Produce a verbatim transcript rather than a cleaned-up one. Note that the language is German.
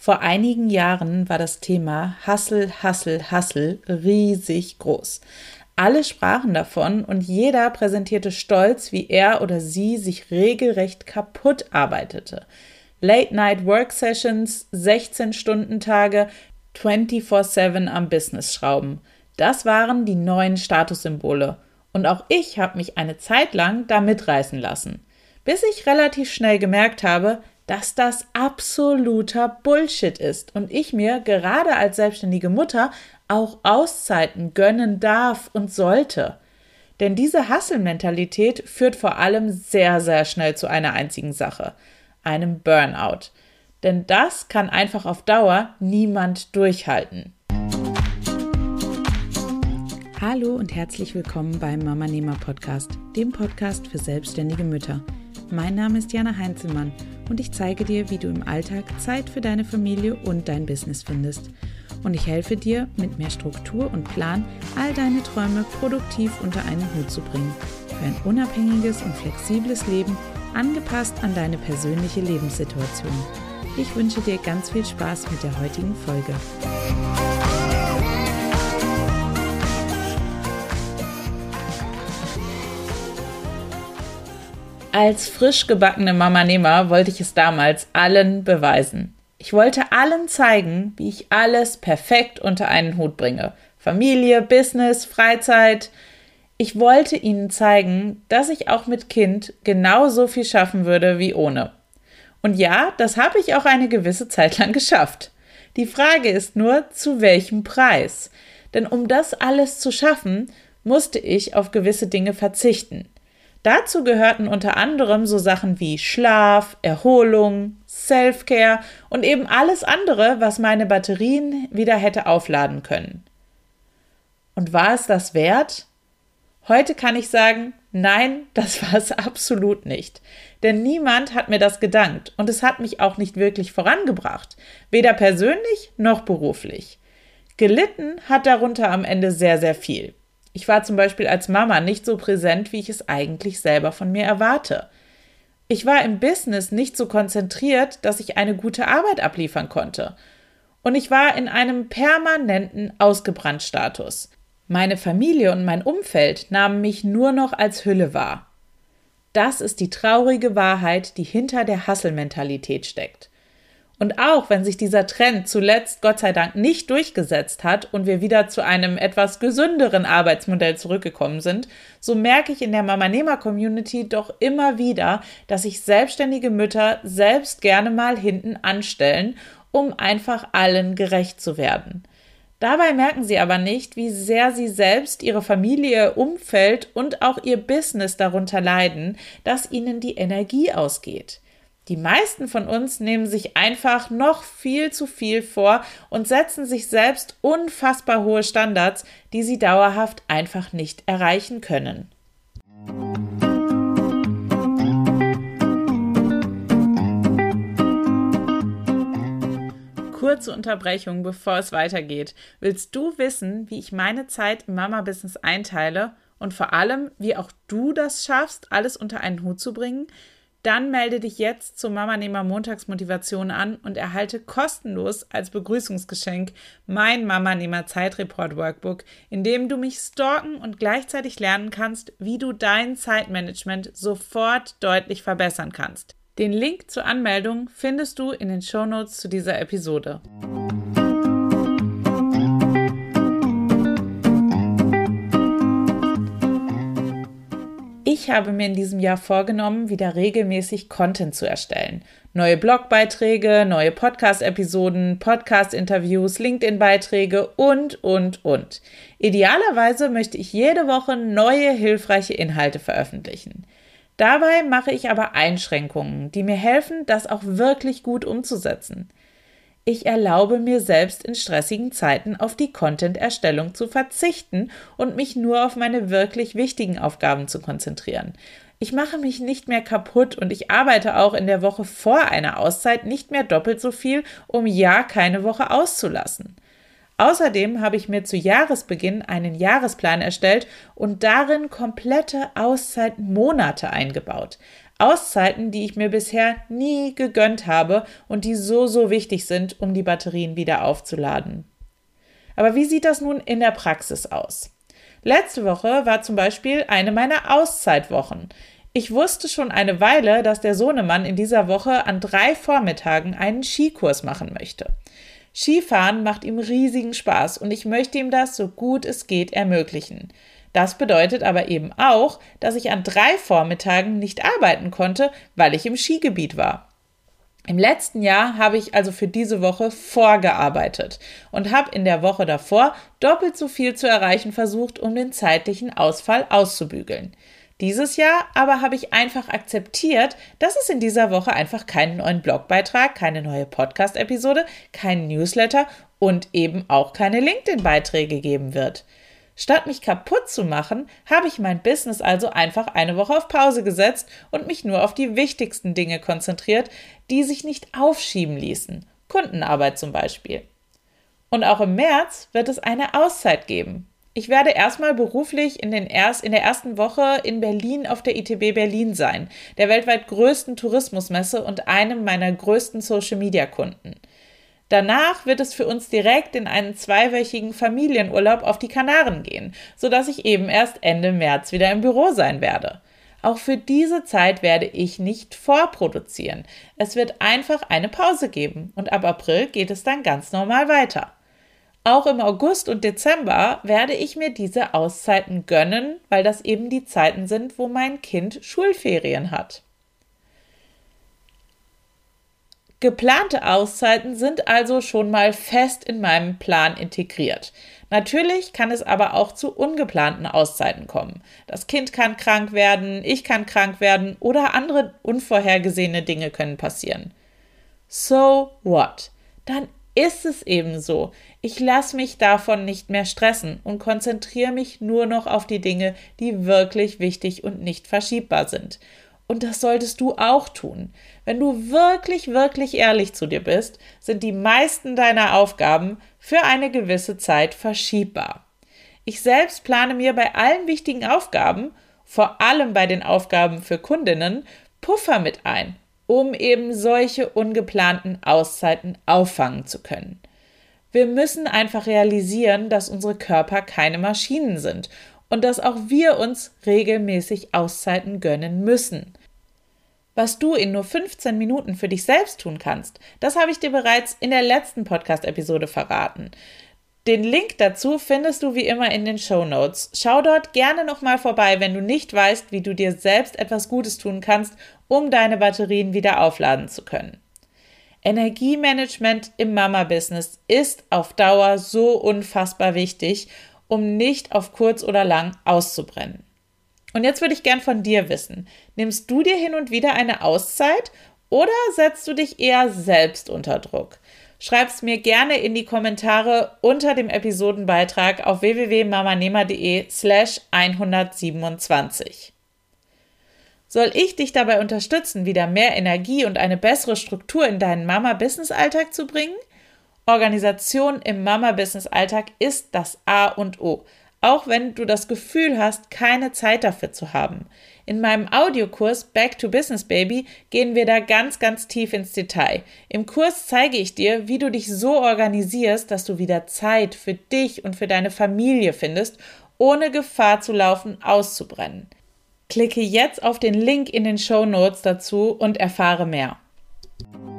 Vor einigen Jahren war das Thema Hustle, Hustle, Hustle riesig groß. Alle sprachen davon und jeder präsentierte stolz, wie er oder sie sich regelrecht kaputt arbeitete. Late-Night-Work-Sessions, sechzehn-Stunden-Tage, vierundzwanzig sieben am Business schrauben. Das waren die neuen Statussymbole. Und auch ich habe mich eine Zeit lang da mitreißen lassen. Bis ich relativ schnell gemerkt habe, dass das absoluter Bullshit ist und ich mir gerade als selbstständige Mutter auch Auszeiten gönnen darf und sollte. Denn diese Hustle-Mentalität führt vor allem sehr, sehr schnell zu einer einzigen Sache, einem Burnout. Denn das kann einfach auf Dauer niemand durchhalten. Hallo und herzlich willkommen beim Mamanehmer Podcast, dem Podcast für selbstständige Mütter. Mein Name ist Jana Heinzelmann und ich zeige dir, wie du im Alltag Zeit für deine Familie und dein Business findest. Und ich helfe dir, mit mehr Struktur und Plan all deine Träume produktiv unter einen Hut zu bringen. Für ein unabhängiges und flexibles Leben, angepasst an deine persönliche Lebenssituation. Ich wünsche dir ganz viel Spaß mit der heutigen Folge. Als frisch gebackene Mamanehmer wollte ich es damals allen beweisen. Ich wollte allen zeigen, wie ich alles perfekt unter einen Hut bringe. Familie, Business, Freizeit. Ich wollte ihnen zeigen, dass ich auch mit Kind genauso viel schaffen würde wie ohne. Und ja, das habe ich auch eine gewisse Zeit lang geschafft. Die Frage ist nur, zu welchem Preis? Denn um das alles zu schaffen, musste ich auf gewisse Dinge verzichten. Dazu gehörten unter anderem so Sachen wie Schlaf, Erholung, Self-Care und eben alles andere, was meine Batterien wieder hätte aufladen können. Und war es das wert? Heute kann ich sagen, nein, das war es absolut nicht. Denn niemand hat mir das gedankt und es hat mich auch nicht wirklich vorangebracht, weder persönlich noch beruflich. Gelitten hat darunter am Ende sehr, sehr viel. Ich war zum Beispiel als Mama nicht so präsent, wie ich es eigentlich selber von mir erwarte. Ich war im Business nicht so konzentriert, dass ich eine gute Arbeit abliefern konnte. Und ich war in einem permanenten Ausgebrannt-Status. Meine Familie und mein Umfeld nahmen mich nur noch als Hülle wahr. Das ist die traurige Wahrheit, die hinter der Hustle-Mentalität steckt. Und auch wenn sich dieser Trend zuletzt Gott sei Dank nicht durchgesetzt hat und wir wieder zu einem etwas gesünderen Arbeitsmodell zurückgekommen sind, so merke ich in der Mamanehmer-Community doch immer wieder, dass sich selbstständige Mütter selbst gerne mal hinten anstellen, um einfach allen gerecht zu werden. Dabei merken sie aber nicht, wie sehr sie selbst, ihre Familie, ihr Umfeld und auch ihr Business darunter leiden, dass ihnen die Energie ausgeht. Die meisten von uns nehmen sich einfach noch viel zu viel vor und setzen sich selbst unfassbar hohe Standards, die sie dauerhaft einfach nicht erreichen können. Kurze Unterbrechung, bevor es weitergeht. Willst du wissen, wie ich meine Zeit im Mama-Business einteile und vor allem, wie auch du das schaffst, alles unter einen Hut zu bringen? Dann melde dich jetzt zur Mamanehmer Montagsmotivation an und erhalte kostenlos als Begrüßungsgeschenk mein Mamanehmer Zeitreport Workbook, in dem du mich stalken und gleichzeitig lernen kannst, wie du dein Zeitmanagement sofort deutlich verbessern kannst. Den Link zur Anmeldung findest du in den Shownotes zu dieser Episode. Ich habe mir in diesem Jahr vorgenommen, wieder regelmäßig Content zu erstellen. Neue Blogbeiträge, neue Podcast-Episoden, Podcast-Interviews, LinkedIn-Beiträge und, und, und. Idealerweise möchte ich jede Woche neue, hilfreiche Inhalte veröffentlichen. Dabei mache ich aber Einschränkungen, die mir helfen, das auch wirklich gut umzusetzen. Ich erlaube mir selbst in stressigen Zeiten auf die Content-Erstellung zu verzichten und mich nur auf meine wirklich wichtigen Aufgaben zu konzentrieren. Ich mache mich nicht mehr kaputt und ich arbeite auch in der Woche vor einer Auszeit nicht mehr doppelt so viel, um ja keine Woche auszulassen. Außerdem habe ich mir zu Jahresbeginn einen Jahresplan erstellt und darin komplette Auszeitmonate eingebaut. Auszeiten, die ich mir bisher nie gegönnt habe und die so, so wichtig sind, um die Batterien wieder aufzuladen. Aber wie sieht das nun in der Praxis aus? Letzte Woche war zum Beispiel eine meiner Auszeitwochen. Ich wusste schon eine Weile, dass der Sohnemann in dieser Woche an drei Vormittagen einen Skikurs machen möchte. Skifahren macht ihm riesigen Spaß und ich möchte ihm das so gut es geht ermöglichen. Das bedeutet aber eben auch, dass ich an drei Vormittagen nicht arbeiten konnte, weil ich im Skigebiet war. Im letzten Jahr habe ich also für diese Woche vorgearbeitet und habe in der Woche davor doppelt so viel zu erreichen versucht, um den zeitlichen Ausfall auszubügeln. Dieses Jahr aber habe ich einfach akzeptiert, dass es in dieser Woche einfach keinen neuen Blogbeitrag, keine neue Podcast-Episode, keinen Newsletter und eben auch keine LinkedIn-Beiträge geben wird. Statt mich kaputt zu machen, habe ich mein Business also einfach eine Woche auf Pause gesetzt und mich nur auf die wichtigsten Dinge konzentriert, die sich nicht aufschieben ließen. Kundenarbeit zum Beispiel. Und auch im März wird es eine Auszeit geben. Ich werde erstmal beruflich in, den erst, in der ersten Woche in Berlin auf der I T B Berlin sein, der weltweit größten Tourismusmesse und einem meiner größten Social-Media-Kunden. Danach wird es für uns direkt in einen zweiwöchigen Familienurlaub auf die Kanaren gehen, sodass ich eben erst Ende März wieder im Büro sein werde. Auch für diese Zeit werde ich nicht vorproduzieren. Es wird einfach eine Pause geben und ab April geht es dann ganz normal weiter. Auch im August und Dezember werde ich mir diese Auszeiten gönnen, weil das eben die Zeiten sind, wo mein Kind Schulferien hat. Geplante Auszeiten sind also schon mal fest in meinem Plan integriert. Natürlich kann es aber auch zu ungeplanten Auszeiten kommen. Das Kind kann krank werden, ich kann krank werden oder andere unvorhergesehene Dinge können passieren. So what? Dann ist es eben so. Ich lasse mich davon nicht mehr stressen und konzentriere mich nur noch auf die Dinge, die wirklich wichtig und nicht verschiebbar sind. Und das solltest du auch tun. Wenn du wirklich, wirklich ehrlich zu dir bist, sind die meisten deiner Aufgaben für eine gewisse Zeit verschiebbar. Ich selbst plane mir bei allen wichtigen Aufgaben, vor allem bei den Aufgaben für Kundinnen, Puffer mit ein, um eben solche ungeplanten Auszeiten auffangen zu können. Wir müssen einfach realisieren, dass unsere Körper keine Maschinen sind und dass auch wir uns regelmäßig Auszeiten gönnen müssen. Was du in nur fünfzehn Minuten für dich selbst tun kannst, das habe ich dir bereits in der letzten Podcast-Episode verraten. Den Link dazu findest du wie immer in den Shownotes. Schau dort gerne nochmal vorbei, wenn du nicht weißt, wie du dir selbst etwas Gutes tun kannst, um deine Batterien wieder aufladen zu können. Energiemanagement im Mama-Business ist auf Dauer so unfassbar wichtig, um nicht auf kurz oder lang auszubrennen. Und jetzt würde ich gern von dir wissen, nimmst du dir hin und wieder eine Auszeit oder setzt du dich eher selbst unter Druck? Schreib's mir gerne in die Kommentare unter dem Episodenbeitrag auf w w w punkt mamanehmer.de slash hundertsiebenundzwanzig. Soll ich dich dabei unterstützen, wieder mehr Energie und eine bessere Struktur in deinen Mama-Business-Alltag zu bringen? Organisation im Mama-Business-Alltag ist das A und O. Auch wenn du das Gefühl hast, keine Zeit dafür zu haben. In meinem Audiokurs Back to Business Baby gehen wir da ganz, ganz tief ins Detail. Im Kurs zeige ich dir, wie du dich so organisierst, dass du wieder Zeit für dich und für deine Familie findest, ohne Gefahr zu laufen, auszubrennen. Klicke jetzt auf den Link in den Shownotes dazu und erfahre mehr.